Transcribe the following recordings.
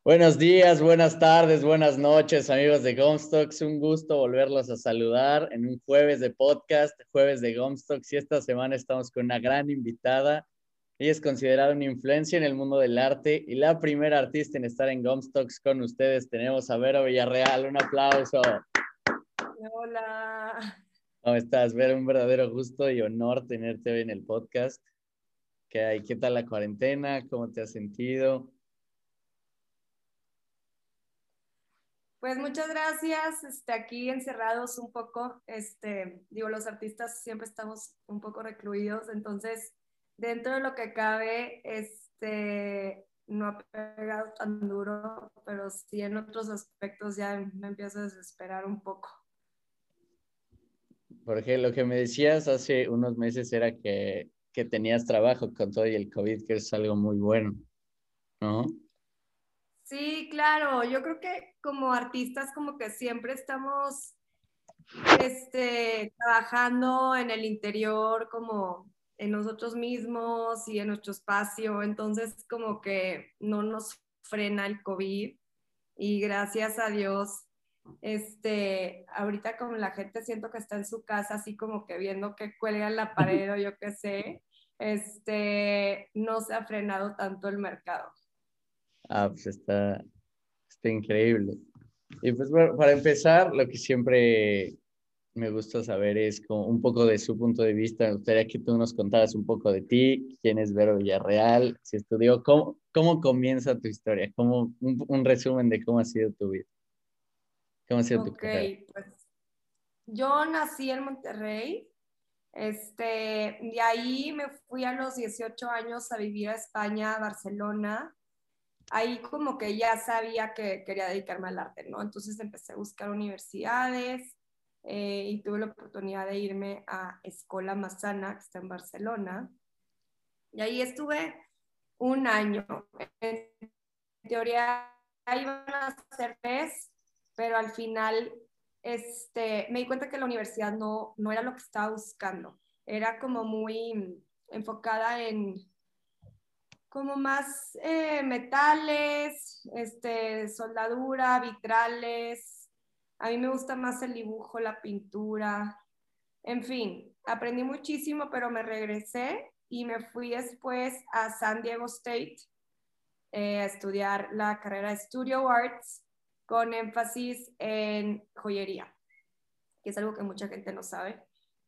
Buenos días, buenas tardes, buenas noches, amigos de Gomstocks. Un gusto volverlos a saludar en un jueves de podcast, jueves de Gomstocks. Y esta semana estamos con una gran invitada. Ella es considerada una influencia en el mundo del arte y la primera artista en estar en Gomstocks con ustedes. Tenemos a Vero Villarreal. Un aplauso. Hola. ¿Cómo estás, Vero? Un verdadero gusto y honor tenerte hoy en el podcast. ¿Qué hay? ¿Qué tal la cuarentena? ¿Cómo te has sentido? Pues muchas gracias. Aquí encerrados un poco, los artistas siempre estamos un poco recluidos, entonces dentro de lo que cabe, no ha pegado tan duro, pero sí en otros aspectos ya me empiezo a desesperar un poco. Porque lo que me decías hace unos meses era que tenías trabajo con todo y el COVID, que es algo muy bueno, ¿no? Sí, claro, yo creo que como artistas como que siempre estamos trabajando en el interior, como en nosotros mismos y en nuestro espacio, entonces como que no nos frena el COVID y gracias a Dios, ahorita como la gente siento que está en su casa así como que viendo que cuelga en la pared o yo qué sé, no se ha frenado tanto el mercado. Ah, pues está increíble. Y pues bueno, para empezar, lo que siempre me gusta saber es como un poco de su punto de vista. Me gustaría que tú nos contaras un poco de ti, quién es Vero Villarreal, si estudió, cómo comienza tu historia, un resumen de cómo ha sido tu vida, cómo ha sido tu Ok, carrera. pues yo nací en Monterrey. De ahí me fui a los 18 años a vivir a España, a Barcelona. Ahí como que ya sabía que quería dedicarme al arte, ¿no? Entonces empecé a buscar universidades y tuve la oportunidad de irme a Escola Massana, que está en Barcelona. Y ahí estuve un año. En teoría iban a ser tres, pero al final me di cuenta que la universidad no era lo que estaba buscando. Era como muy enfocada en como más metales, soldadura, vitrales. A mí me gusta más el dibujo, la pintura. En fin, aprendí muchísimo, pero me regresé y me fui después a San Diego State a estudiar la carrera de Studio Arts con énfasis en joyería, que es algo que mucha gente no sabe.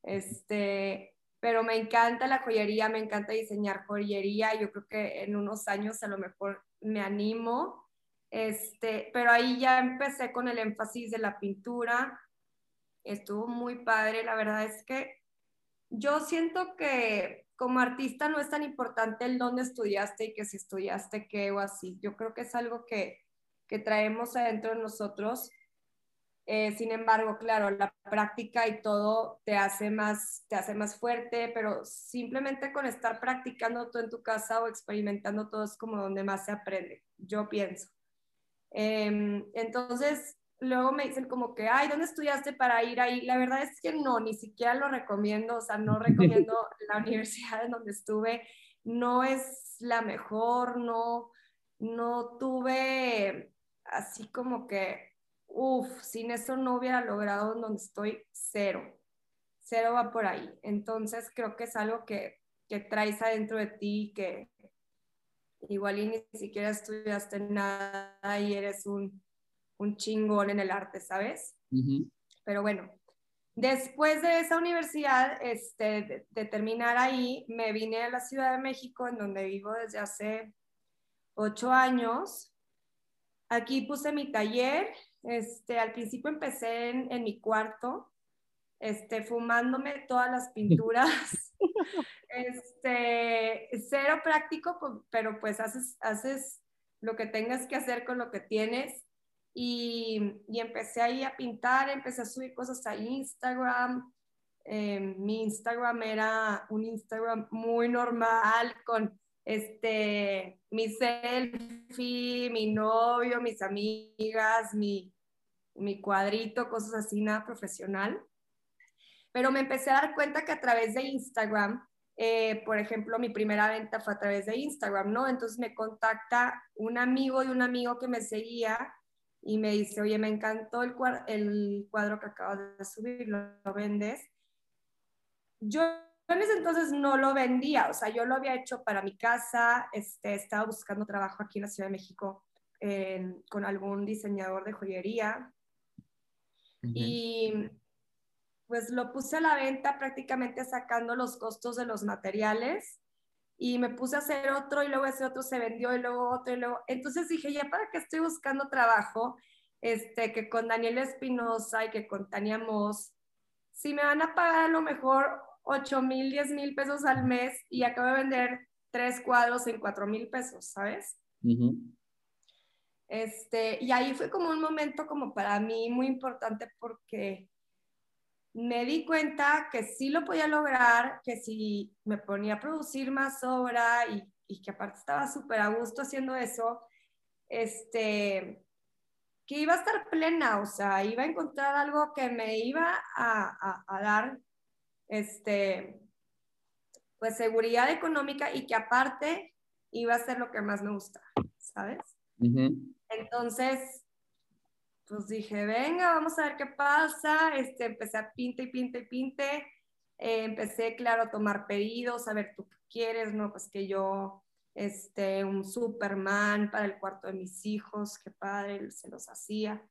Pero me encanta la joyería, me encanta diseñar joyería. Yo creo que en unos años a lo mejor me animo. Pero ahí ya empecé con el énfasis de la pintura. Estuvo muy padre. La verdad es que yo siento que como artista no es tan importante el dónde estudiaste y que si estudiaste qué o así. Yo creo que es algo que traemos adentro de nosotros. Sin embargo, claro, la práctica y todo te hace más fuerte, pero simplemente con estar practicando todo en tu casa o experimentando todo es como donde más se aprende, yo pienso. Entonces, luego me dicen como que, ay, ¿dónde estudiaste para ir ahí? La verdad es que no, ni siquiera lo recomiendo, o sea, no recomiendo la universidad en donde estuve, no es la mejor, no tuve así como que, uff, sin eso no hubiera logrado en donde estoy, cero, cero va por ahí. Entonces, creo que es algo que traes adentro de ti, que igual y ni siquiera estudiaste nada y eres un chingón en el arte, ¿sabes? Ujú. Pero bueno, después de esa universidad, de terminar ahí, me vine a la Ciudad de México, en donde vivo desde hace 8 años. Aquí puse mi taller. Al principio empecé en mi cuarto, fumándome todas las pinturas. Cero práctico, pero pues haces lo que tengas que hacer con lo que tienes. Y empecé ahí a pintar, empecé a subir cosas a Instagram. Mi Instagram era un Instagram muy normal con mi selfie, mi novio, mis amigas, mi cuadrito, cosas así, nada profesional. Pero me empecé a dar cuenta que a través de Instagram Por ejemplo, mi primera venta fue a través de Instagram, ¿no? Entonces me contacta un amigo y un amigo que me seguía y me dice, oye, me encantó el cuadro que acabas de subir, ¿lo vendes? Yo en ese entonces no lo vendía, o sea, yo lo había hecho para mi casa, estaba buscando trabajo aquí en la Ciudad de México con algún diseñador de joyería Ujú. y pues lo puse a la venta prácticamente sacando los costos de los materiales y me puse a hacer otro y luego ese otro se vendió y luego otro y luego, entonces dije, ya para qué estoy buscando trabajo, que con Daniel Espinosa y que con Tania Moss, si me van a pagar a lo mejor 8,000, 10,000 pesos al mes y acabo de vender 3 cuadros en 4,000 pesos, ¿sabes? Ujú. Y ahí fue como un momento como para mí muy importante porque me di cuenta que sí lo podía lograr, que si me ponía a producir más obra y que aparte estaba súper a gusto haciendo eso, que iba a estar plena, o sea, iba a encontrar algo que me iba a dar, este, pues seguridad económica y que aparte iba a ser lo que más me gusta, ¿sabes? Ujú. Entonces, pues dije, venga, vamos a ver qué pasa. Empecé a pinte y pinte y pinte. Empecé, claro, a tomar pedidos, a ver tú qué quieres, ¿no? Pues que yo, un Superman para el cuarto de mis hijos, qué padre, se los hacía.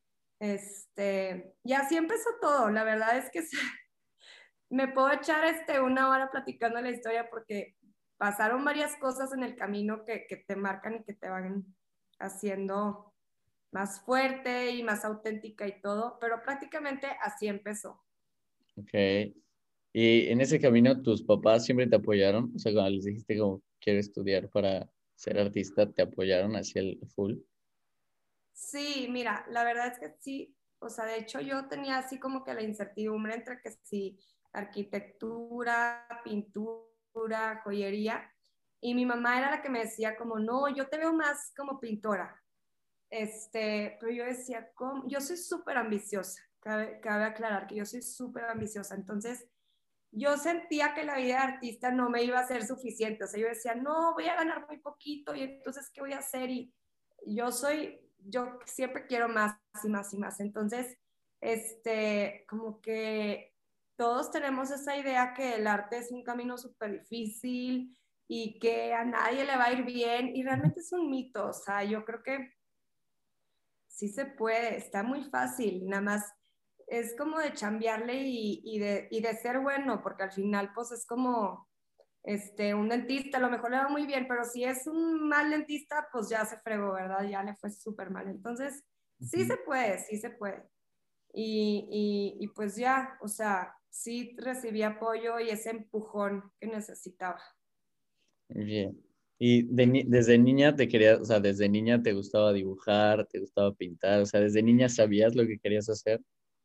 Y así empezó todo. La verdad es que me puedo echar 1 hora platicando la historia porque pasaron varias cosas en el camino que te marcan y que te van haciendo más fuerte y más auténtica y todo, pero prácticamente así empezó. Ok. Y en ese camino, ¿tus papás siempre te apoyaron? O sea, cuando les dijiste como quiero estudiar para ser artista, ¿te apoyaron hacia el full? Sí, mira, la verdad es que sí, o sea, de hecho yo tenía así como que la incertidumbre entre que sí, arquitectura, pintura, joyería, y mi mamá era la que me decía como, no, yo te veo más como pintora. Pero yo decía, ¿cómo? Yo soy súper ambiciosa, cabe aclarar que yo soy súper ambiciosa, entonces yo sentía que la vida de artista no me iba a ser suficiente, o sea, yo decía, no, voy a ganar muy poquito y entonces, ¿qué voy a hacer? Y yo siempre quiero más y más y más, entonces, como que todos tenemos esa idea que el arte es un camino súper difícil y que a nadie le va a ir bien y realmente es un mito, o sea, yo creo que sí se puede, está muy fácil, nada más es como de chambearle y de ser bueno, porque al final pues es como un dentista, a lo mejor le va muy bien, pero si es un mal dentista, pues ya se fregó, ¿verdad? Ya le fue súper mal. Entonces, sí Ujú. se puede, sí se puede. Y pues ya, o sea, sí recibí apoyo y ese empujón que necesitaba. Bien. ¿Y desde niña te querías, o sea, desde niña te gustaba dibujar, te gustaba pintar, o sea, desde niña sabías lo que querías hacer?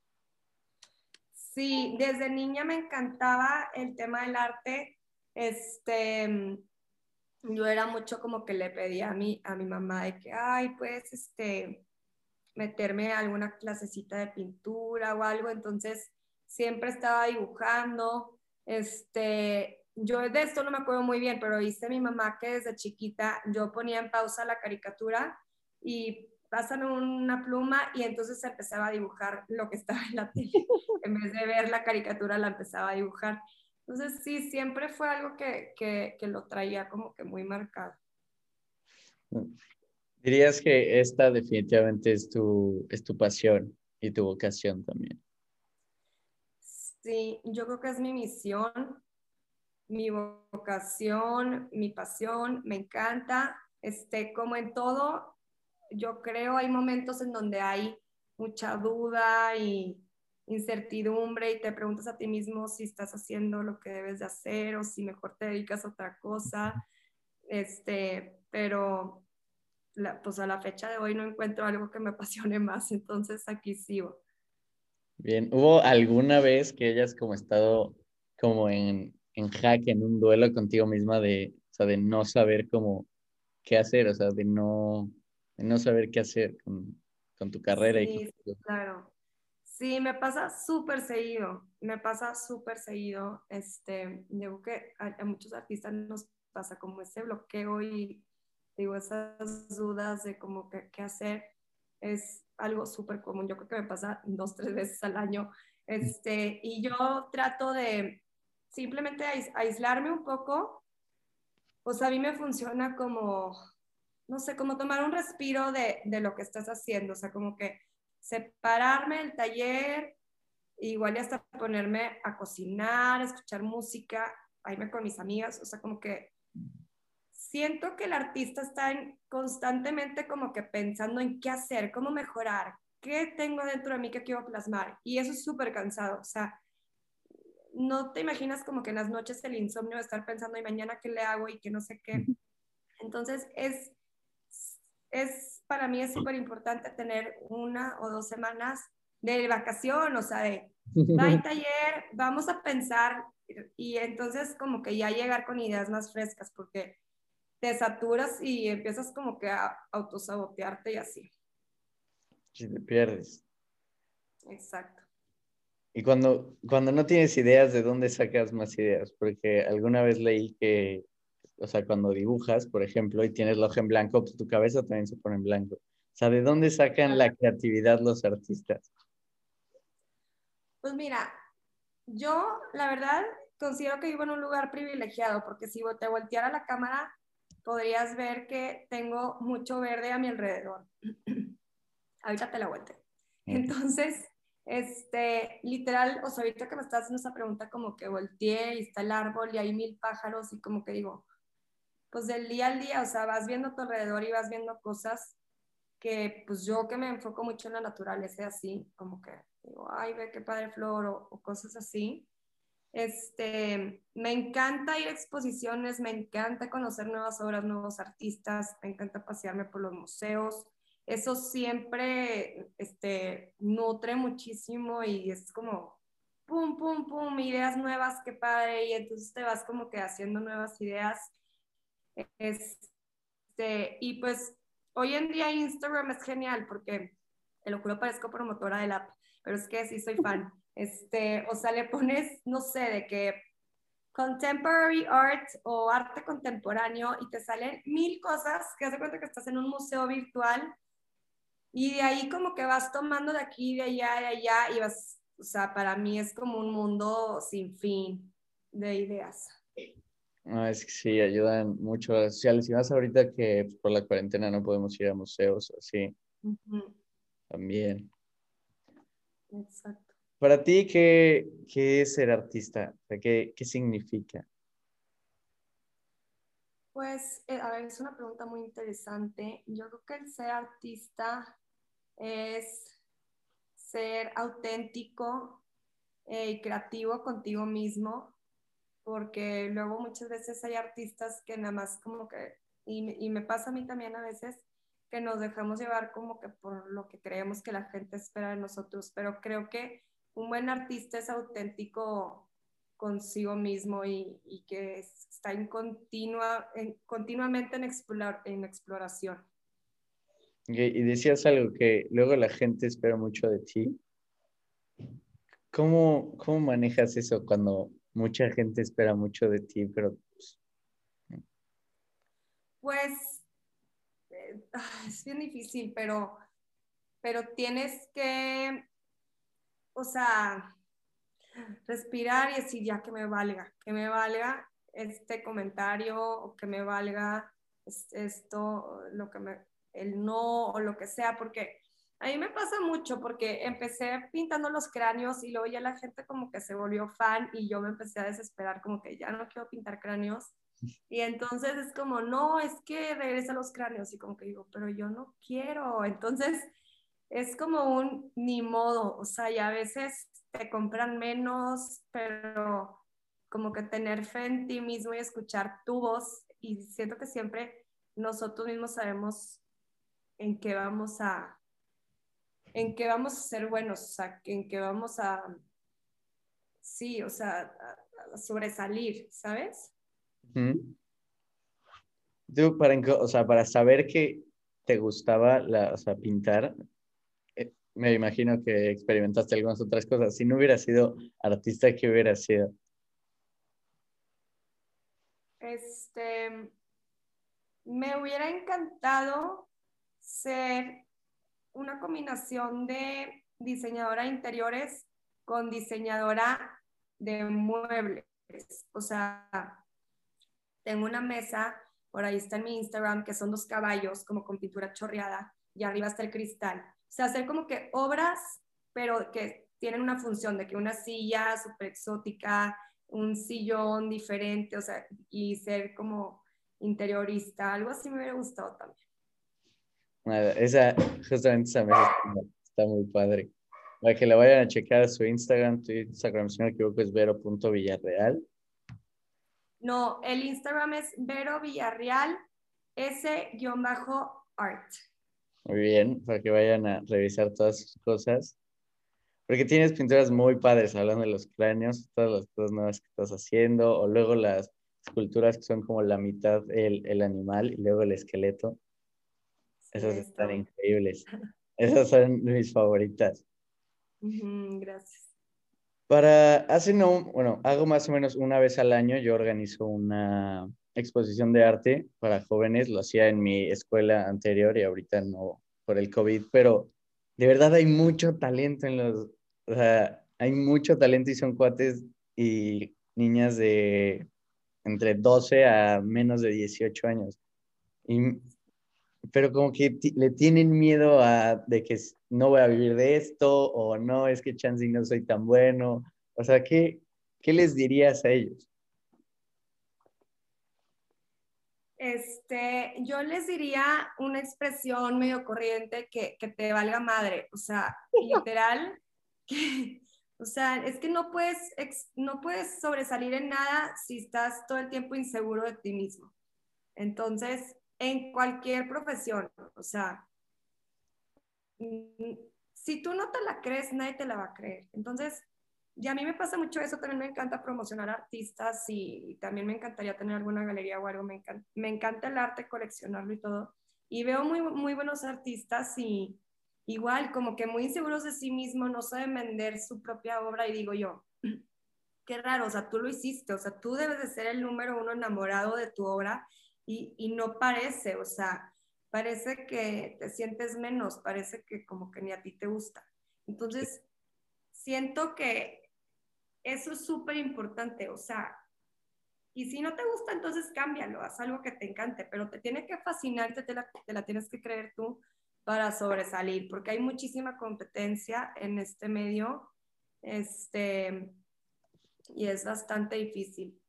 Sí, desde niña me encantaba el tema del arte. Este, yo era mucho como que le pedía a mi mamá de que, ay, pues, meterme a alguna clasecita de pintura o algo. Entonces, siempre estaba dibujando. Yo de esto no me acuerdo muy bien, pero dice mi mamá que desde chiquita yo ponía en pausa la caricatura y pásame una pluma y entonces empezaba a dibujar lo que estaba en la tele. En vez de ver la caricatura, la empezaba a dibujar. Entonces, sí, siempre fue algo que lo traía como que muy marcado. Dirías que esta definitivamente es tu pasión y tu vocación también. Sí, yo creo que es mi misión, mi vocación, mi pasión, me encanta. Como en todo, yo creo hay momentos en donde hay mucha duda y incertidumbre y te preguntas a ti mismo si estás haciendo lo que debes de hacer o si mejor te dedicas a otra cosa. Pero pues a la fecha de hoy no encuentro algo que me apasione más, entonces aquí sigo. Bien, ¿hubo alguna vez que hayas como estado como en jaque, en un duelo contigo misma o sea, de no saber cómo qué hacer, o sea, de no saber qué hacer con tu carrera y con Sí, tu... claro. Sí, me pasa súper seguido. Digo que a muchos artistas nos pasa como ese bloqueo y digo, esas dudas de como que qué hacer es algo súper común. Yo creo que me pasa 2, 3 veces al año. Y yo trato de simplemente aislarme un poco. O sea, a mí me funciona como, no sé, como tomar un respiro de lo que estás haciendo. O sea, como que separarme del taller, igual y hasta ponerme a cocinar, a escuchar música, a irme con mis amigas, o sea, como que siento que el artista está constantemente como que pensando en qué hacer, cómo mejorar, qué tengo dentro de mí que quiero plasmar, y eso es súper cansado, o sea, no te imaginas como que en las noches el insomnio de estar pensando, y mañana qué le hago y que no sé qué, entonces para mí es súper importante tener 1 o 2 semanas de vacación, o sea, de bye taller, vamos a pensar y entonces como que ya llegar con ideas más frescas porque te saturas y empiezas como que a autosabotearte y así. Si te pierdes. Exacto. Y cuando no tienes ideas, ¿de dónde sacas más ideas? Porque alguna vez leí que, o sea, cuando dibujas, por ejemplo, y tienes la hoja en blanco, pues tu cabeza también se pone en blanco. O sea, ¿de dónde sacan la creatividad los artistas? Pues mira, yo la verdad considero que vivo en un lugar privilegiado porque si te volteara la cámara podrías ver que tengo mucho verde a mi alrededor. Ahorita te la volteo. Entonces, literal, o sea, ahorita que me estás haciendo esa pregunta, como que volteé y está el árbol y hay 1000 pájaros y como que digo, pues del día al día, o sea, vas viendo a tu alrededor y vas viendo cosas que, pues yo que me enfoco mucho en la naturaleza, así, como que digo, ay, ve qué padre flor o cosas así. Me encanta ir a exposiciones, me encanta conocer nuevas obras, nuevos artistas, me encanta pasearme por los museos. Eso siempre nutre muchísimo y es como pum, pum, pum, ideas nuevas, qué padre. Y entonces te vas como que haciendo nuevas ideas. Y pues hoy en día Instagram es genial porque, te lo juro, parezco promotora del app, pero es que sí soy fan. O sea, le pones, no sé, de que contemporary art o arte contemporáneo y te salen 1000 cosas que hace cuenta que estás en un museo virtual y de ahí como que vas tomando de aquí, de allá y vas, o sea, para mí es como un mundo sin fin de ideas. No, es que sí, ayudan mucho a las sociales. Y más ahorita que pues, por la cuarentena no podemos ir a museos, así, Ujú. también. Exacto. Para ti, ¿qué es ser artista? O sea, ¿qué significa? Pues, a ver, es una pregunta muy interesante. Yo creo que el ser artista es ser auténtico y creativo contigo mismo, porque luego muchas veces hay artistas que nada más como que, y me pasa a mí también a veces, que nos dejamos llevar como que por lo que creemos que la gente espera de nosotros, pero creo que un buen artista es auténtico consigo mismo y que está continuamente en exploración. Y decías algo que luego la gente espera mucho de ti. ¿Cómo manejas eso cuando mucha gente espera mucho de ti, pero pues, Pues es bien difícil, pero tienes que, o sea, respirar y decir ya que me valga este comentario o que me valga esto, el no o lo que sea, porque a mí me pasa mucho porque empecé pintando los cráneos y luego ya la gente como que se volvió fan y yo me empecé a desesperar como que ya no quiero pintar cráneos. Y entonces es como, no, es que regresa a los cráneos y como que digo, pero yo no quiero. Entonces es como un ni modo, o sea, y a veces te compran menos, pero como que tener fe en ti mismo y escuchar tu voz y siento que siempre nosotros mismos sabemos en qué vamos a, en qué vamos a ser buenos, o sea, en qué vamos a, sí, o sea, a sobresalir, ¿sabes? ujú. O sea, para saber que te gustaba o sea, pintar, me imagino que experimentaste algunas otras cosas. Si no hubiera sido artista, ¿qué hubiera sido? Este, Me hubiera encantado ser una combinación de diseñadora de interiores con diseñadora de muebles. O sea, tengo una mesa, por ahí está en mi Instagram, que son dos caballos como con pintura chorreada y arriba está el cristal. O sea, hacer como que obras, pero que tienen una función de que una silla súper exótica, un sillón diferente, o sea, y ser como interiorista, algo así me hubiera gustado también. Nada, justamente esa mesa está muy padre. Para que la vayan a checar a su Instagram, tu Instagram, si no me equivoco, es vero.villarreal. No, el Instagram es Vero Villarreal S-art. Muy bien, para que vayan a revisar todas sus cosas. Porque tienes pinturas muy padres, hablando de los cráneos, todas las cosas nuevas que estás haciendo, o luego las esculturas que son como la mitad el animal y luego el esqueleto. Sí, Esas está están bueno. increíbles. Esas son mis favoritas. Gracias. Hace no, bueno, hago más o menos una vez al año, yo organizo una exposición de arte para jóvenes, lo hacía en mi escuela anterior y ahorita no por el COVID, pero de verdad hay mucho talento o sea, hay mucho talento y son cuates y niñas de entre 12 a menos de 18 años. Y pero como que le tienen miedo de que no voy a vivir de esto o no, es que chance y no soy tan bueno. O sea, ¿qué les dirías a ellos? Yo les diría una expresión medio corriente que te valga madre, o sea, literal, que, o sea, es que no puedes sobresalir en nada si estás todo el tiempo inseguro de ti mismo. Entonces, en cualquier profesión, o sea, mm, si tú no te la crees, nadie te la va a creer. Entonces, y a mí me pasa mucho eso, también me encanta promocionar artistas y también me encantaría tener alguna galería o algo, me encanta el arte, coleccionarlo y todo. Y veo muy, muy buenos artistas y igual como que muy inseguros de sí mismos, no saben vender su propia obra y digo yo, qué raro, o sea, tú lo hiciste, o sea, tú debes de ser el número uno enamorado de tu obra y no parece, o sea, parece que te sientes menos, parece que como que ni a ti te gusta. Entonces, siento que eso es súper importante, o sea, y si no te gusta, entonces cámbialo, haz algo que te encante, pero te tiene que fascinar, te la tienes que creer tú para sobresalir, porque hay muchísima competencia en este medio, este, y es bastante difícil.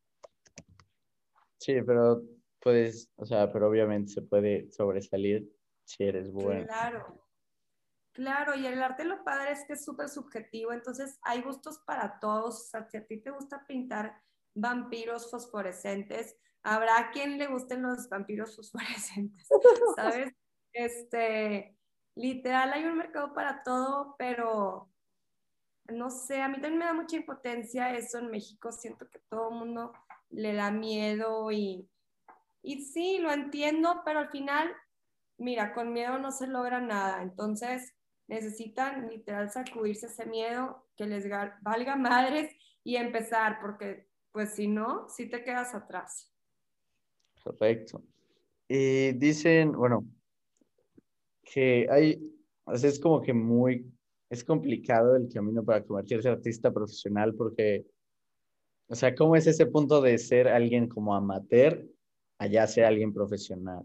Sí, pero puedes, o sea, pero obviamente se puede sobresalir si eres bueno. Claro, claro, y el arte lo padre es que es súper subjetivo, entonces hay gustos para todos, o sea, si a ti te gusta pintar vampiros fosforescentes, habrá quien le gusten los vampiros fosforescentes, ¿sabes? Literal hay un mercado para todo, pero no sé, a mí también me da mucha impotencia eso en México, siento que todo el mundo le da miedo y sí, lo entiendo, pero al final, mira, con miedo no se logra nada. Entonces, necesitan literal sacudirse ese miedo, que les valga madres y empezar, porque pues si no, si te quedas atrás. Correcto. Y dicen, bueno, que o sea, es como que es complicado el camino para convertirse en artista profesional porque, o sea, ¿cómo es ese punto de ser alguien como amateur a ya ser alguien profesional?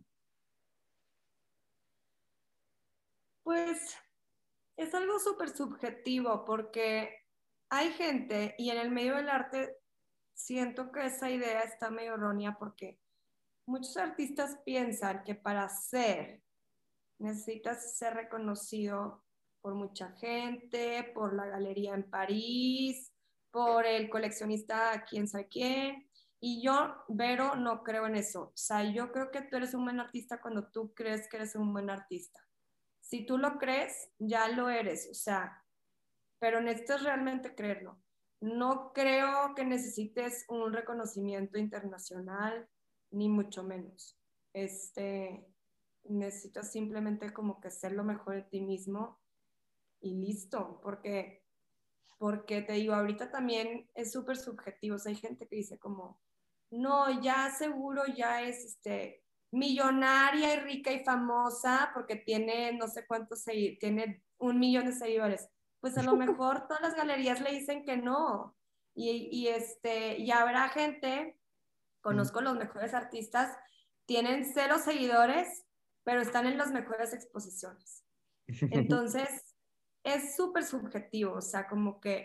Pues es algo súper subjetivo porque hay gente y en el medio del arte siento que esa idea está medio errónea porque muchos artistas piensan que para ser necesitas ser reconocido por mucha gente, por la galería en París, por el coleccionista quién sabe quién. Y yo, Vero, no creo en eso. O sea, yo creo que tú eres un buen artista cuando tú crees que eres un buen artista. Si tú lo crees, ya lo eres. O sea, pero necesitas realmente creerlo. No creo que necesites un reconocimiento internacional, ni mucho menos. Necesitas simplemente como que ser lo mejor de ti mismo y listo, porque te digo, ahorita también es súper subjetivo, o sea, hay gente que dice como, no, ya seguro ya es millonaria y rica y famosa porque tiene no sé cuántos seguidores, tiene 1 millón de seguidores. Pues a lo mejor todas las galerías le dicen que no. Y habrá gente, conozco los mejores artistas, tienen 0 seguidores, pero están en las mejores exposiciones. Entonces, es súper subjetivo, o sea, como que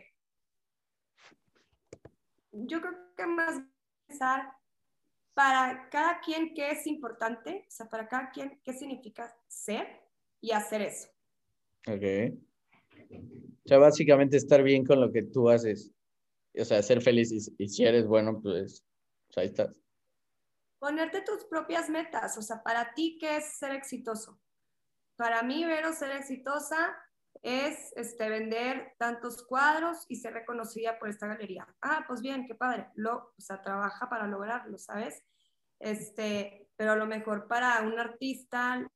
yo creo que más pensar para cada quien qué es importante, o sea, para cada quien qué significa ser y hacer eso. Ok. O sea, básicamente estar bien con lo que tú haces. O sea, ser feliz y si eres bueno, pues ahí estás. Ponerte tus propias metas, o sea, para ti, ¿qué es ser exitoso? Para mí, Vero, ser exitosa es vender tantos cuadros y ser reconocida por esta galería. Ah, pues bien, qué padre. O sea, trabaja para lograrlo, ¿sabes? Pero a lo mejor para un artista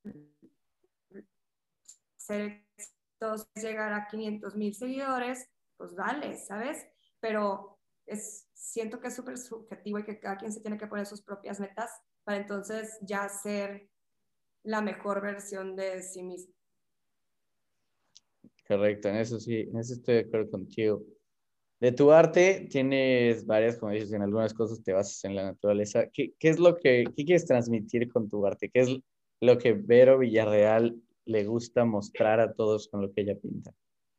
ser exitoso es llegar a 500,000 seguidores, pues vale, ¿sabes? Pero siento que es súper subjetivo y que cada quien se tiene que poner sus propias metas para entonces ya ser la mejor versión de sí mismo. Correcto, en eso sí, en eso estoy de acuerdo contigo. De tu arte tienes varias, como dices, en algunas cosas te basas en la naturaleza. ¿Qué es qué quieres transmitir con tu arte? ¿Qué es lo que Vero Villarreal le gusta mostrar a todos con lo que ella pinta?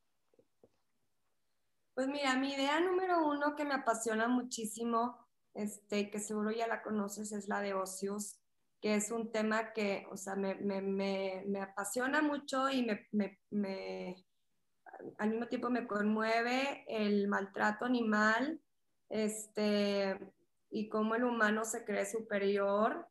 Pues mira, mi idea número uno que me apasiona muchísimo, que seguro ya la conoces, es la de ocios, que es un tema que, o sea, me apasiona mucho y al mismo tiempo me conmueve el maltrato animal, y cómo el humano se cree superior.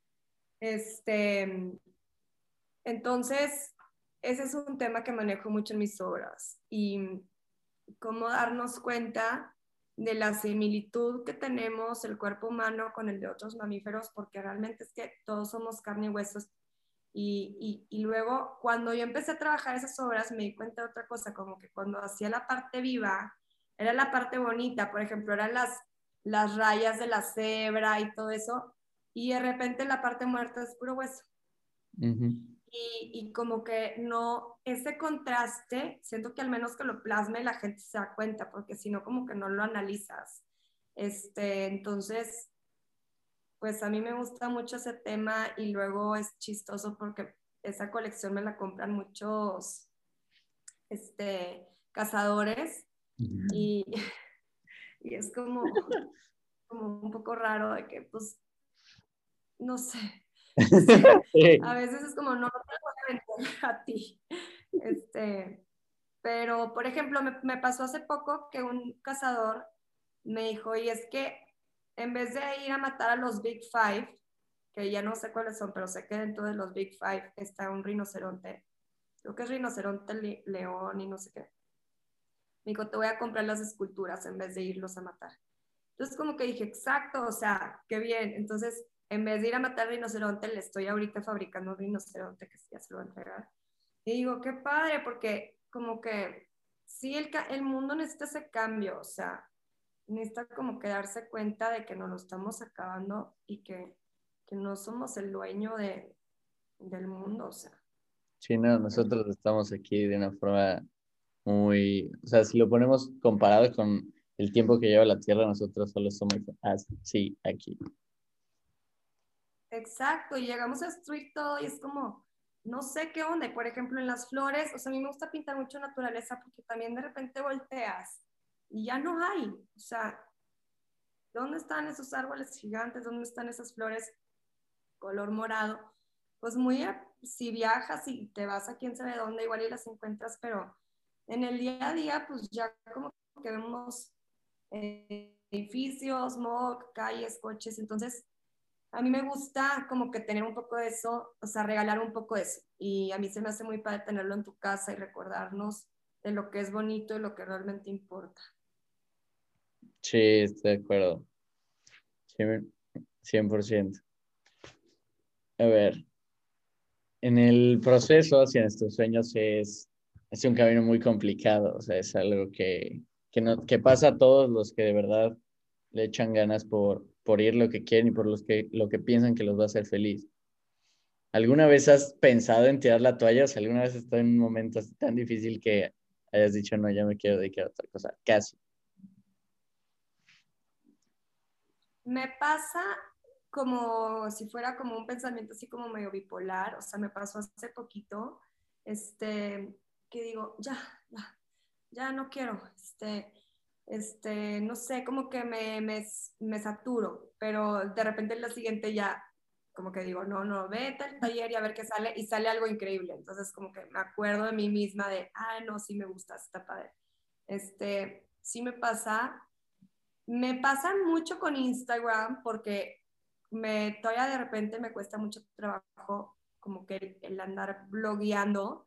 Este, entonces, ese es un tema que manejo mucho en mis obras y cómo darnos cuenta de la similitud que tenemos el cuerpo humano con el de otros mamíferos, porque realmente es que todos somos carne y huesos. Y luego, cuando yo empecé a trabajar esas obras, me di cuenta de otra cosa, como que cuando hacía la parte viva, era la parte bonita, por ejemplo, eran las rayas de la cebra y todo eso, y de repente la parte muerta es puro hueso. Ujú. Y como que no, ese contraste, siento que al menos que lo plasme la gente se da cuenta, porque si no, como que no lo analizas. Entonces, pues a mí me gusta mucho ese tema y luego es chistoso porque esa colección me la compran muchos cazadores y, y es como un poco raro de que, pues, no sé, a Sí. veces es como, no te voy a vender a ti. Pero, por ejemplo, me pasó hace poco que un cazador me dijo, y es que en vez de ir a matar a los Big Five, que ya no sé cuáles son, pero sé que dentro de los Big Five está un rinoceronte, creo que es rinoceronte, león y no sé qué. Me dijo, te voy a comprar las esculturas en vez de irlos a matar. Entonces como que dije, exacto, o sea, qué bien. Entonces, en vez de ir a matar rinoceronte, le estoy ahorita fabricando un rinoceronte que ya se lo va a entregar. Y digo, qué padre, porque como que sí, el mundo necesita ese cambio, o sea, necesita como que darse cuenta de que nos lo estamos acabando y que no somos el dueño del mundo, o sea. Sí, no, nosotros estamos aquí de una forma muy, o sea, si lo ponemos comparado con el tiempo que lleva la Tierra, nosotros solo somos así aquí. Exacto, y llegamos a destruir todo y es como, no sé qué onda. Por ejemplo, en las flores, o sea, a mí me gusta pintar mucho naturaleza porque también de repente volteas y ya no hay. O sea, ¿dónde están esos árboles gigantes? ¿Dónde están esas flores color morado? Pues si viajas y te vas a quién sabe dónde, igual y las encuentras, pero en el día a día, pues ya como que vemos edificios, smog, calles, coches, entonces a mí me gusta como que tener un poco de eso, o sea, regalar un poco de eso. Y a mí se me hace muy padre tenerlo en tu casa y recordarnos de lo que es bonito y lo que realmente importa. Sí, estoy de acuerdo. Sí, 100%. A ver, en el proceso hacia nuestros sueños es es un camino muy complicado, o sea, es algo que pasa a todos los que de verdad le echan ganas por ir lo que quieren y por lo que piensan que los va a hacer feliz. ¿Alguna vez has pensado en tirar la toalla? O sea, ¿alguna vez has estado en un momento así tan difícil que hayas dicho, no, ya me quiero dedicar a otra cosa? Casi. Me pasa como si fuera como un pensamiento así como medio bipolar, o sea, me pasó hace poquito, que digo, ya no quiero, no sé, como que me saturo, pero de repente el día siguiente ya, como que digo, no, vete al taller y a ver qué sale, y sale algo increíble, entonces como que me acuerdo de mí misma de, no, sí me gusta, está padre. Sí me pasa mucho con Instagram porque todavía de repente me cuesta mucho trabajo como que el andar blogueando,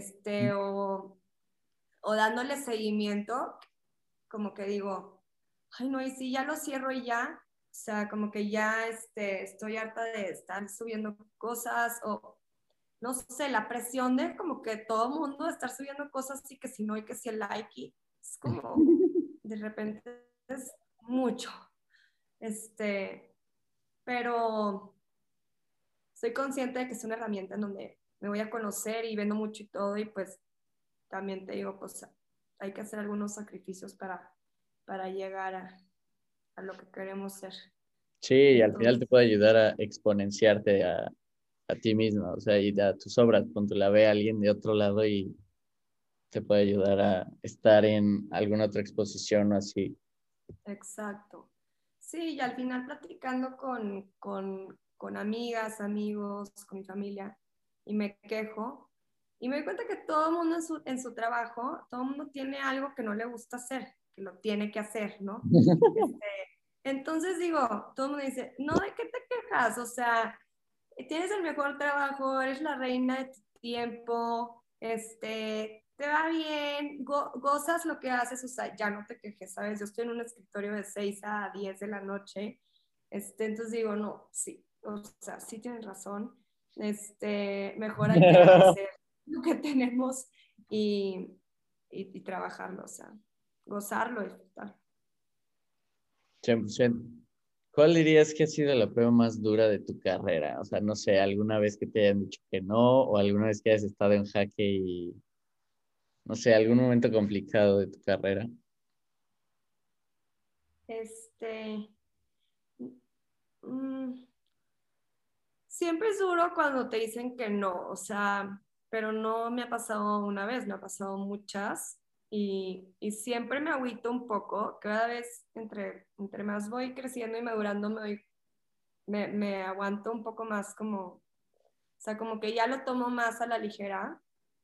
o dándole seguimiento, como que digo, ay no, y si ya lo cierro y ya, o sea, como que ya estoy harta de estar subiendo cosas o no sé, la presión de como que todo el mundo estar subiendo cosas y que si no y que si el like y es como de repente es mucho. Este, pero soy consciente de que es una herramienta en donde me voy a conocer y vendo mucho y todo, y pues también te digo, pues hay que hacer algunos sacrificios para llegar a lo que queremos ser. Sí, y al final te Entonces, puede ayudar a exponenciarte a ti mismo, o sea, y a tus obras, cuando la ve alguien de otro lado y te puede ayudar a estar en alguna otra exposición o así. exacto. Sí, y al final platicando con amigas, amigos, con mi familia, y me quejo, y me doy cuenta que todo el mundo en su trabajo, todo el mundo tiene algo que no le gusta hacer, que lo tiene que hacer, ¿no? Este, entonces digo, todo el mundo dice, no, ¿de qué te quejas? O sea, tienes el mejor trabajo, eres la reina de tu tiempo, te va bien, gozas lo que haces, o sea, ya no te quejes, ¿sabes? Yo estoy en un escritorio de 6 a 10 de la noche, entonces digo, no, sí, o sea, sí tienes razón, mejor hay que agradecer lo que tenemos y trabajarlo, o sea, gozarlo y disfrutarlo. 100%. ¿Cuál dirías que ha sido la prueba más dura de tu carrera? O sea, no sé, alguna vez que te hayan dicho que no, o alguna vez que hayas estado en jaque y, no sé, algún momento complicado de tu carrera. Este, mm, Siempre es duro cuando te dicen que no, o sea, pero no me ha pasado una vez, me ha pasado muchas y siempre me agüito un poco. Cada vez entre más voy creciendo y madurando, me aguanto un poco más como, o sea, como que ya lo tomo más a la ligera,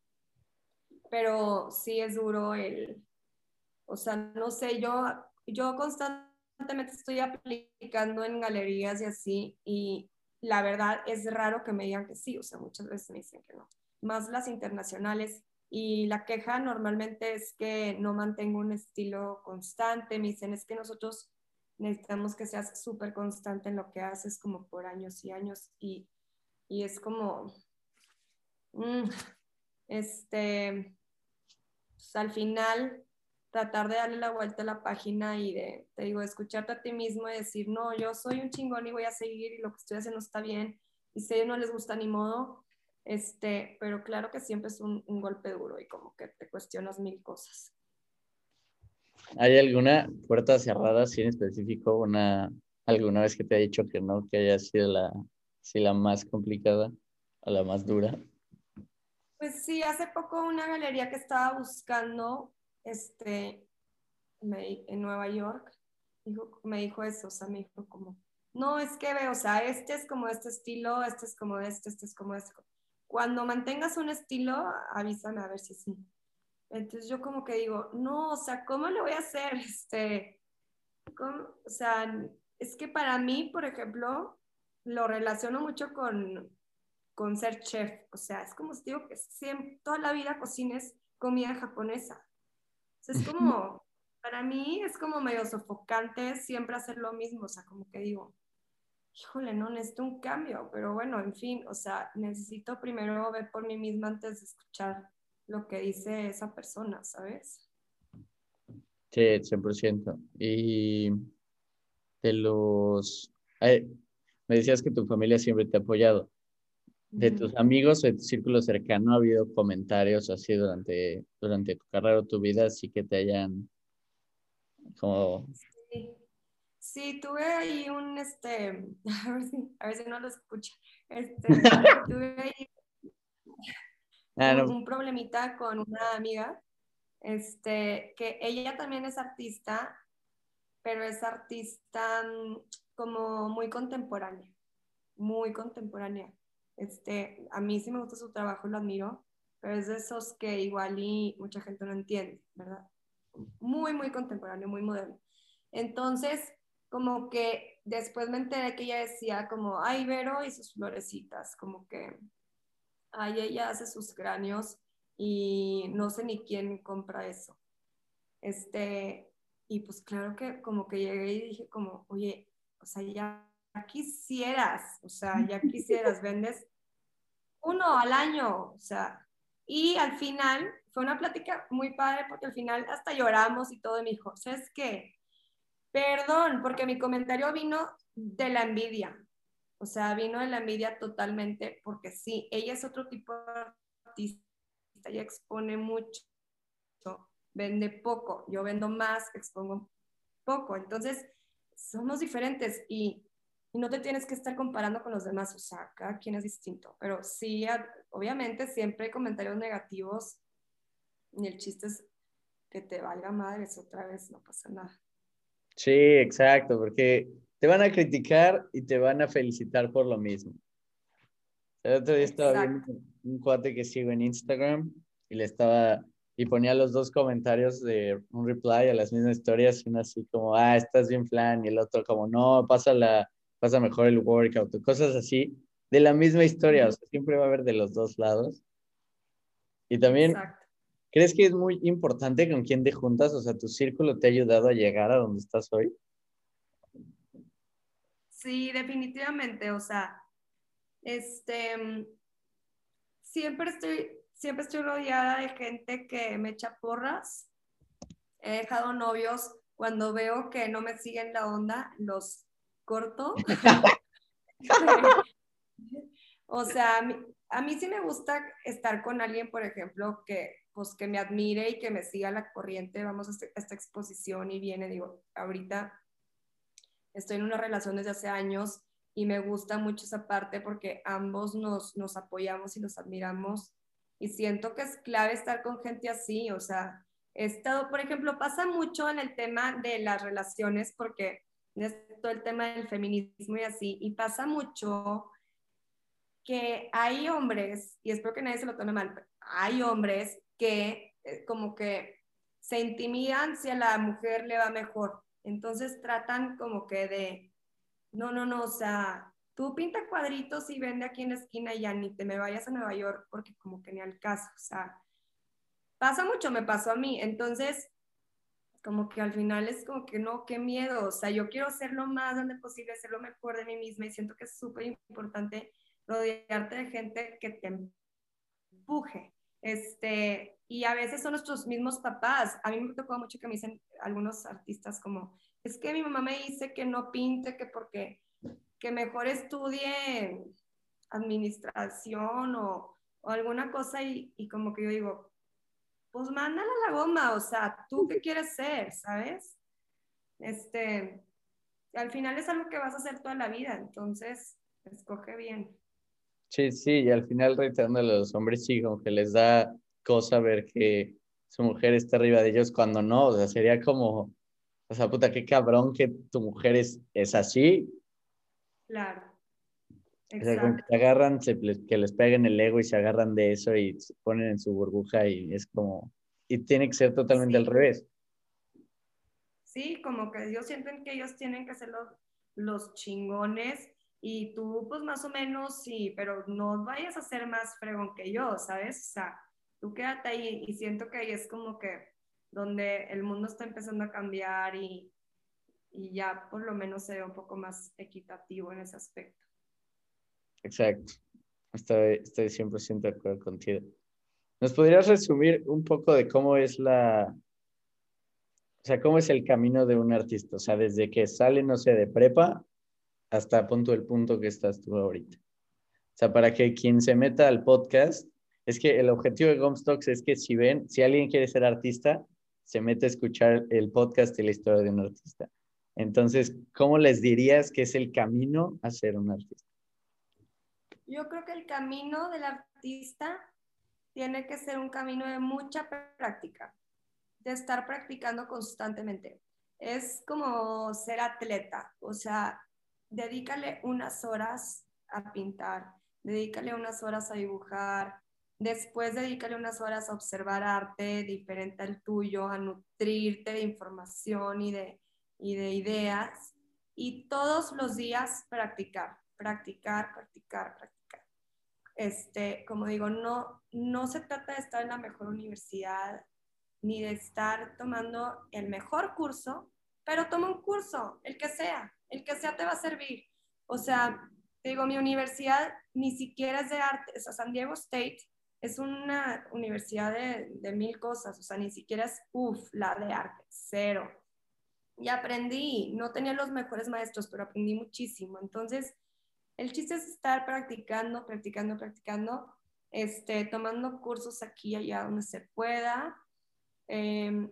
pero sí es duro o sea, no sé, yo constantemente estoy aplicando en galerías y así, y la verdad es raro que me digan que sí, o sea, muchas veces me dicen que no. Más las internacionales, y la queja normalmente es que no mantengo un estilo constante, me dicen es que nosotros necesitamos que seas súper constante en lo que haces como por años y años, y es como, mm, este, pues, al final tratar de darle la vuelta a la página y te digo, escucharte a ti mismo y decir, no, yo soy un chingón y voy a seguir y lo que estoy haciendo está bien y si a ellos no les gusta ni modo, pero claro que siempre es un golpe duro y como que te cuestionas mil cosas. ¿Hay alguna puerta cerrada, así en específico, alguna vez que te ha dicho que no, que haya sido sí, la más complicada o la más dura? Pues sí, hace poco una galería que estaba buscando en Nueva York me dijo eso, o sea, me dijo como, no, es que ve, o sea, este es como este estilo, este es como este es como este. Cuando mantengas un estilo, avísame a ver si sí. Entonces yo como que digo, no, o sea, ¿cómo le voy a hacer? O sea, es que para mí, por ejemplo, lo relaciono mucho con ser chef. O sea, es como si digo que siempre, toda la vida cocines comida japonesa. O sea, es como, para mí es como medio sofocante siempre hacer lo mismo. O sea, como que digo, híjole, no, necesito un cambio. Pero bueno, en fin, o sea, necesito primero ver por mí misma antes de escuchar lo que dice esa persona, ¿sabes? Sí, 100%. Y de los... eh, me decías que tu familia siempre te ha apoyado. ¿De tus Ujú. amigos o de tu círculo cercano ha habido comentarios así durante tu carrera o tu vida, así que te hayan como... Sí. Sí, tuve ahí a ver si no lo escucha. Tuve ahí Ah, no. un problemita con una amiga, que ella también es artista, pero es artista como muy contemporánea. A mí sí me gusta su trabajo y lo admiro, pero es de esos que igual y mucha gente no entiende, ¿verdad? Muy, muy contemporáneo, muy moderno. Entonces, como que después me enteré que ella decía como, ay, Vero y sus florecitas, como que, ay, ella hace sus cráneos y no sé ni quién compra eso. Este, y pues claro que como que llegué y dije como, oye, o sea, ya quisieras, o sea, ya quisieras, vendes uno al año, o sea, y al final fue una plática muy padre porque al final hasta lloramos y todo, y me dijo, ¿sabes qué? Perdón, porque mi comentario vino de la envidia, o sea, vino de la envidia totalmente, porque sí, ella es otro tipo de artista, ella expone mucho, vende poco, yo vendo más, expongo poco, entonces somos diferentes y no te tienes que estar comparando con los demás, o sea, cada quien es distinto, pero sí, obviamente siempre hay comentarios negativos y el chiste es que te valga madres otra vez, no pasa nada. Sí, exacto, porque te van a criticar y te van a felicitar por lo mismo. El otro día estaba viendo Exacto. un cuate que sigo en Instagram y y ponía los dos comentarios de un reply a las mismas historias, uno así como, ah, estás bien flan, y el otro como, no, pasa mejor el workout, o cosas así, de la misma historia, o sea, siempre va a haber de los dos lados. Y también, Exacto. ¿crees que es muy importante con quién te juntas? O sea, ¿tu círculo te ha ayudado a llegar a donde estás hoy? Sí, definitivamente, o sea, este, siempre estoy rodeada de gente que me echa porras. He dejado novios cuando veo que no me siguen la onda, los corto. O sea, a mí sí me gusta estar con alguien, por ejemplo, pues, que me admire y que me siga la corriente. Vamos a esta exposición y viene, digo, ahorita estoy en una relación desde hace años y me gusta mucho esa parte porque ambos nos apoyamos y nos admiramos y siento que es clave estar con gente así, o sea, por ejemplo, pasa mucho en el tema de las relaciones porque es todo el tema del feminismo y así, y pasa mucho que hay hombres, y espero que nadie se lo tome mal, pero hay hombres que como que se intimidan si a la mujer le va mejor. Entonces tratan como que no, no, no, o sea, tú pinta cuadritos y vende aquí en la esquina y ya ni te me vayas a Nueva York porque como que ni al caso, o sea, pasa mucho, me pasó a mí. Entonces, como que al final es como que no, qué miedo, o sea, yo quiero ser lo más grande posible, ser lo mejor de mí misma y siento que es súper importante rodearte de gente que te empuje. Y a veces son nuestros mismos papás. A mí me tocó mucho que me dicen algunos artistas como, es que mi mamá me dice que no pinte, que porque que mejor estudie administración o alguna cosa y como que yo digo, pues mándala a la goma, o sea, ¿tú qué quieres ser, sabes? Este, Al final es algo que vas a hacer toda la vida, entonces escoge bien. Sí, sí, y al final reiterándole a los hombres, sí, como que les da cosa ver que su mujer está arriba de ellos cuando no, o sea, sería como, o sea, puta, qué cabrón que tu mujer es así, Claro, o sea, como que exacto. te agarran, que les peguen el ego y se agarran de eso y se ponen en su burbuja y es como, y tiene que ser totalmente al Sí, revés. sí, como que ellos sienten que ellos tienen que ser los chingones y tú pues más o menos sí, pero no vayas a ser más fregón que yo, ¿sabes? O sea, tú quédate ahí y siento que ahí es como que donde el mundo está empezando a cambiar y ya por lo menos se ve un poco más equitativo en ese aspecto. Exacto, estoy 100% de acuerdo contigo. ¿Nos podrías resumir un poco de cómo es o sea, cómo es el camino de un artista? O sea, desde que sale, no sé, de prepa hasta el punto que estás tú ahorita. O sea, para que quien se meta al podcast, es que el objetivo de Gomstocks es que si alguien quiere ser artista, se mete a escuchar el podcast y la historia de un artista. Entonces, ¿cómo les dirías que es el camino a ser un artista? Yo creo que el camino del artista tiene que ser un camino de mucha práctica, de estar practicando constantemente. Es como ser atleta, o sea, dedícale unas horas a pintar, dedícale unas horas a dibujar, después dedícale unas horas a observar arte diferente al tuyo, a nutrirte de información y de ideas, y todos los días practicar, practicar, practicar, practicar. Como digo, no se trata de estar en la mejor universidad ni de estar tomando el mejor curso, pero toma un curso, el que sea te va a servir. O sea, te digo, mi universidad ni siquiera es de arte, o sea, San Diego State es una universidad de mil cosas, o sea, ni siquiera es, la de arte, cero. Y aprendí, no tenía los mejores maestros, pero aprendí muchísimo. Entonces, el chiste es estar practicando, practicando, practicando, tomando cursos aquí y allá donde se pueda. Eh,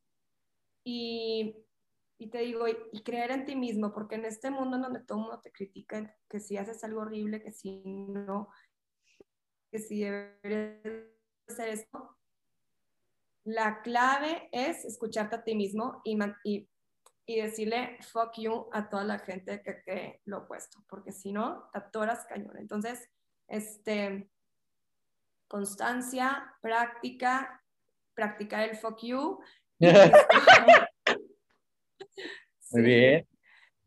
y, y te digo, y creer en ti mismo, porque en este mundo en donde todo el mundo te critica, que si haces algo horrible, que si no, que si deberías hacer esto, la clave es escucharte a ti mismo y decirle fuck you a toda la gente que cree lo opuesto, porque si no, te atoras cañón. Entonces, constancia, práctica, practicar el fuck you y Muy sí. bien,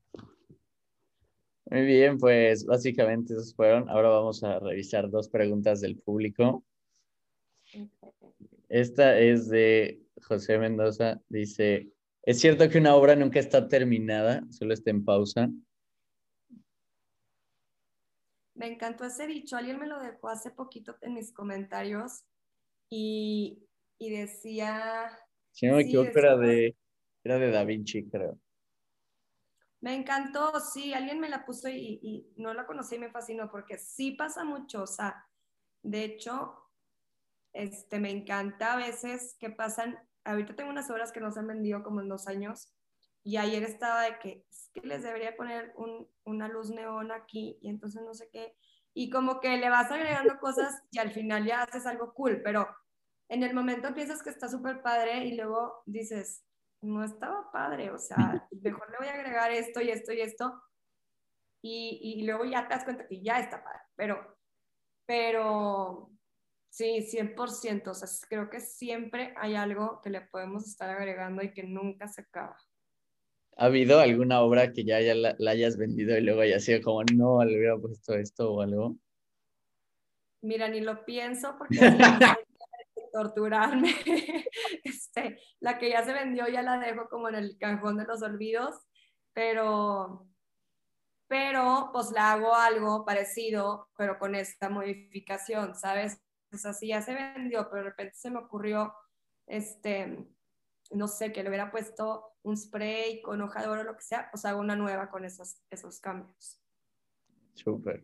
muy bien, pues básicamente esos fueron. Ahora vamos a revisar dos preguntas del público. Esta es de José Mendoza. Dice, ¿es cierto que una obra nunca está terminada, solo está en pausa? Me encantó ese dicho, alguien me lo dejó hace poquito en mis comentarios y, y decía, Si no me sí, equivoco, decía, era de Da Vinci, creo. me encantó, sí, alguien me la puso y no la conocí y me fascinó porque sí pasa mucho, o sea, de hecho, me encanta a veces que pasan, ahorita tengo unas obras que no se han vendido como en 2 años y ayer estaba de que es que les debería poner una luz neón aquí y entonces no sé qué, y como que le vas agregando cosas y al final ya haces algo cool, pero en el momento piensas que está súper padre y luego dices, no estaba padre, o sea, mejor le voy a agregar esto y esto y esto y luego ya te das cuenta que ya está padre, pero sí, 100%, o sea, creo que siempre hay algo que le podemos estar agregando y que nunca se acaba. ¿Ha habido alguna obra que ya la hayas vendido y luego haya sido como, no, le hubiera puesto esto o algo? Mira, ni lo pienso porque si no sé torturarme. La que ya se vendió ya la dejo como en el cajón de los olvidos, pero, pero pues la hago algo parecido, pero con esta modificación, ¿sabes? O sea, si ya se vendió, pero de repente se me ocurrió, no sé, que le hubiera puesto un spray con hoja de oro o lo que sea, pues hago una nueva con esos cambios. Súper.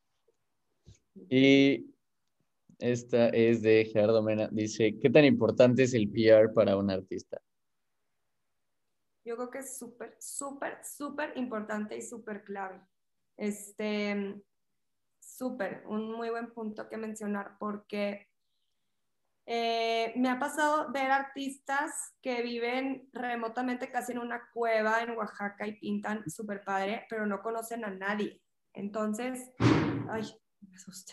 Y esta es de Gerardo Mena. Dice, ¿qué tan importante es el PR para un artista? Yo creo que es súper, súper, súper importante y súper clave. Este, súper, un muy buen punto que mencionar porque me ha pasado ver artistas que viven remotamente casi en una cueva en Oaxaca y pintan súper padre, pero no conocen a nadie. Entonces, ay, me asusté.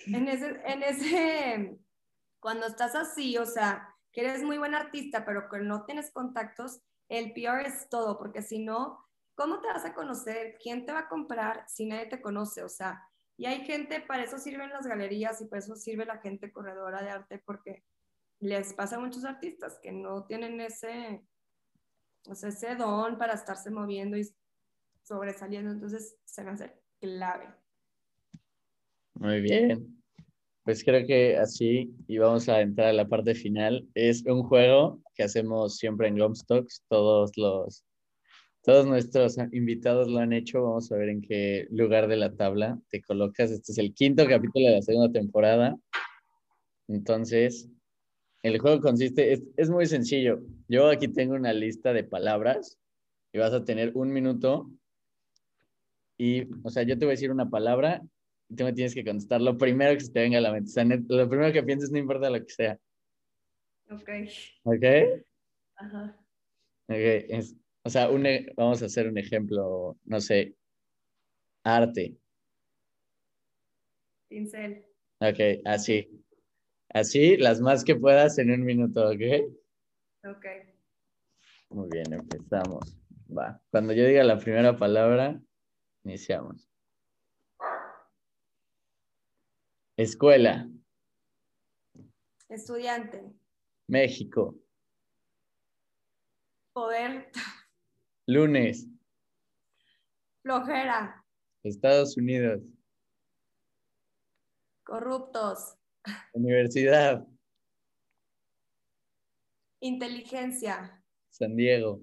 Cuando estás así, o sea, que eres muy buen artista, pero que no tienes contactos, el PR es todo, porque si no, ¿cómo te vas a conocer? ¿Quién te va a comprar si nadie te conoce? O sea, y hay gente, para eso sirven las galerías y para eso sirve la gente corredora de arte, porque les pasa a muchos artistas que no tienen o sea, ese don para estarse moviendo y sobresaliendo, entonces se me hace clave. Muy bien. Pues creo que así, y vamos a entrar a la parte final. Es un juego que hacemos siempre en Glomstocks. Todos nuestros invitados lo han hecho. Vamos a ver en qué lugar de la tabla te colocas. Este es el quinto capítulo de la segunda temporada. Entonces, el juego consiste, es muy sencillo. Yo aquí tengo una lista de palabras y vas a tener un minuto y, o sea, yo te voy a decir una palabra y tú me tienes que contestar lo primero que se te venga a la mente. O sea, lo primero que pienses, no importa lo que sea. Ok. ¿Ok? Ajá. Ok. O sea, vamos a hacer un ejemplo, no sé, arte. Pincel. Ok, así. Así, las más que puedas en un minuto, ¿ok? Ok. Muy bien, empezamos. Va. Cuando yo diga la primera palabra, iniciamos. Escuela, Estudiante. México, Poder. lunes, Flojera. Estados Unidos, Corruptos. universidad, Inteligencia. San Diego,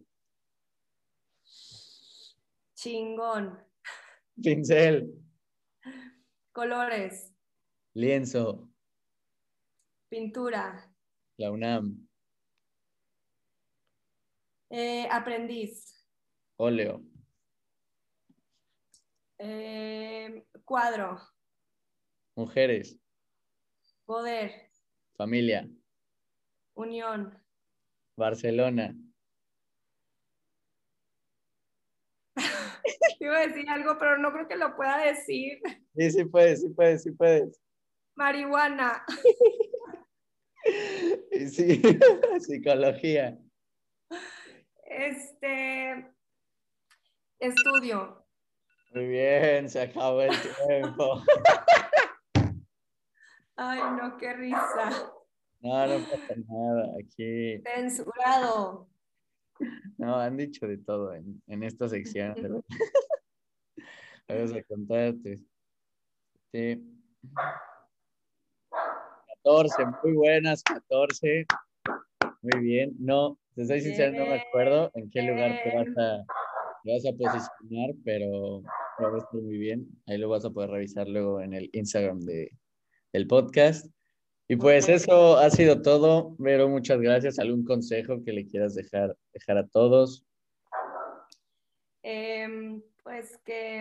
Chingón. pincel, Colores. lienzo, Pintura. la UNAM, Aprendiz. óleo, Cuadro. mujeres, Poder. familia, Unión. Barcelona. Iba a decir algo, pero no creo que lo pueda decir. Sí, sí puedes, sí puedes, sí puedes. Marihuana. Sí, psicología. Estudio. Muy bien, se acabó el tiempo. Ay, no, qué risa. No, no pasa nada. Aquí, Censurado. no, han dicho de todo en esta sección. Vamos a contarte. Sí. 14, muy buenas, 14. Muy bien. No, te soy sincero, no me Bien, acuerdo en qué lugar bien. te vas a posicionar, pero va a estar muy bien. Ahí lo vas a poder revisar luego en el Instagram del podcast. Y Ok. pues eso ha sido todo. Vero, muchas gracias. ¿Algún consejo que le quieras dejar a todos? Pues que,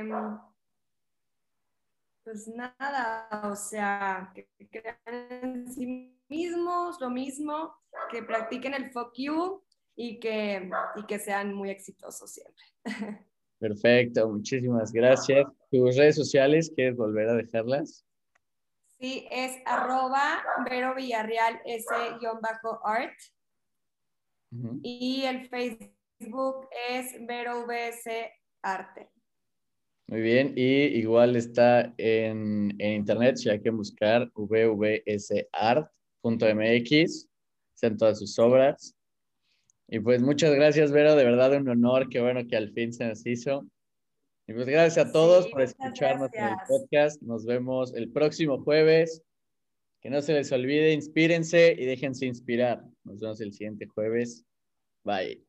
pues nada, o sea, que crean en sí mismos, lo mismo, que practiquen el fuck you y que sean muy exitosos siempre. Perfecto, muchísimas gracias. ¿Tus redes sociales quieres volver a dejarlas? Sí, es @Vero Villarreal S-art Ujú. y el Facebook es Vero VS Arte. Muy bien, y igual está en internet, si hay que buscar www.sart.mx, están todas sus Sí, obras. Y pues muchas gracias, Vero, de verdad un honor, qué bueno que al fin se nos hizo. Y pues gracias a todos sí, por muchas escucharnos en el gracias. podcast. Nos vemos el próximo jueves. Que no se les olvide, inspírense y déjense inspirar. Nos vemos el siguiente jueves. Bye.